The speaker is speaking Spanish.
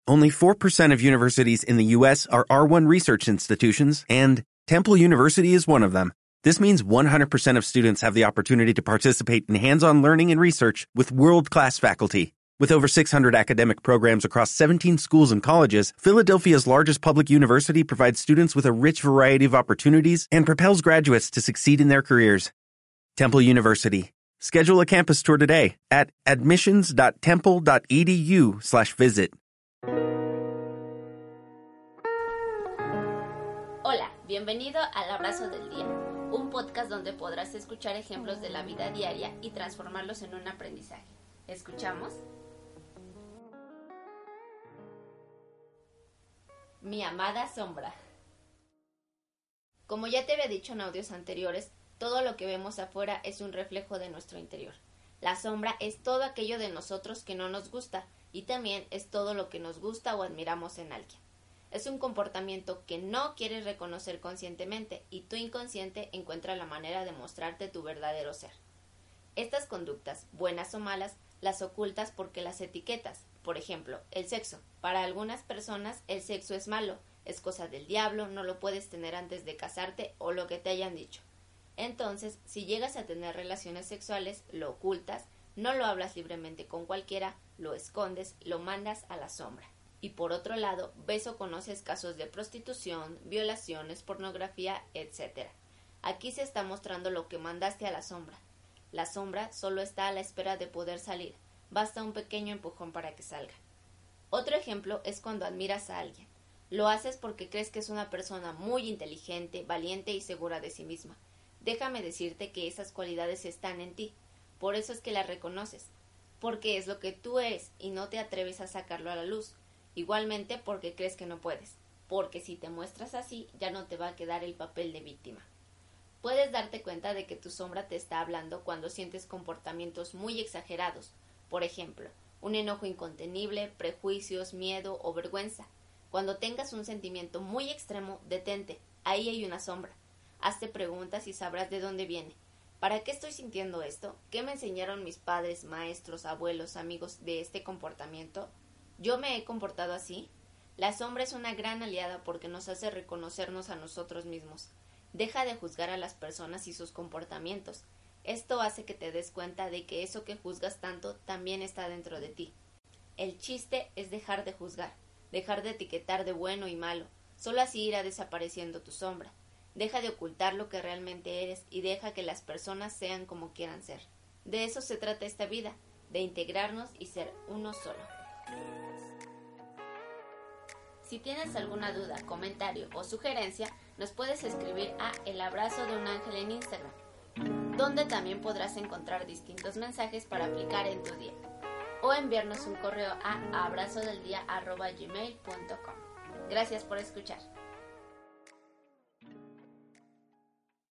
Only 4% of universities in the U.S. are R1 research institutions, and Temple University is one of them. This means 100% of students have the opportunity to participate in hands-on learning and research with world-class faculty. With over 600 academic programs across 17 schools and colleges, Philadelphia's largest public university provides students with a rich variety of opportunities and propels graduates to succeed in their careers. Temple University. Schedule a campus tour today at admissions.temple.edu/visit. Hola, bienvenido al Abrazo del Día, un podcast donde podrás escuchar ejemplos de la vida diaria y transformarlos en un aprendizaje. ¿Escuchamos? Mi amada sombra. Como ya te había dicho en audios anteriores, todo lo que vemos afuera es un reflejo de nuestro interior. La sombra es todo aquello de nosotros que no nos gusta y también es todo lo que nos gusta o admiramos en alguien. Es un comportamiento que no quieres reconocer conscientemente y tu inconsciente encuentra la manera de mostrarte tu verdadero ser. Estas conductas, buenas o malas, las ocultas porque las etiquetas. Por ejemplo, el sexo. Para algunas personas el sexo es malo, es cosa del diablo, no lo puedes tener antes de casarte o lo que te hayan dicho. Entonces, si llegas a tener relaciones sexuales, lo ocultas, no lo hablas libremente con cualquiera, lo escondes, lo mandas a la sombra. Y por otro lado, ves o conoces casos de prostitución, violaciones, pornografía, etc. Aquí se está mostrando lo que mandaste a la sombra. La sombra solo está a la espera de poder salir. Basta un pequeño empujón para que salga. Otro ejemplo es cuando admiras a alguien. Lo haces porque crees que es una persona muy inteligente, valiente y segura de sí misma. Déjame decirte que esas cualidades están en ti. Por eso es que las reconoces. Porque es lo que tú eres y no te atreves a sacarlo a la luz. Igualmente porque crees que no puedes. Porque si te muestras así, ya no te va a quedar el papel de víctima. Puedes darte cuenta de que tu sombra te está hablando cuando sientes comportamientos muy exagerados. Por ejemplo, un enojo incontenible, prejuicios, miedo o vergüenza. Cuando tengas un sentimiento muy extremo, detente. Ahí hay una sombra. Hazte preguntas y sabrás de dónde viene. ¿Para qué estoy sintiendo esto? ¿Qué me enseñaron mis padres, maestros, abuelos, amigos de este comportamiento? ¿Yo me he comportado así? La sombra es una gran aliada porque nos hace reconocernos a nosotros mismos. Deja de juzgar a las personas y sus comportamientos. Esto hace que te des cuenta de que eso que juzgas tanto también está dentro de ti. El chiste es dejar de juzgar, dejar de etiquetar de bueno y malo. Solo así irá desapareciendo tu sombra. Deja de ocultar lo que realmente eres y deja que las personas sean como quieran ser. De eso se trata esta vida, de integrarnos y ser uno solo. Si tienes alguna duda, comentario o sugerencia, nos puedes escribir a El Abrazo de un Ángel en Instagram, donde también podrás encontrar distintos mensajes para aplicar en tu día, o enviarnos un correo a abrazodeldia@gmail.com. Gracias por escuchar.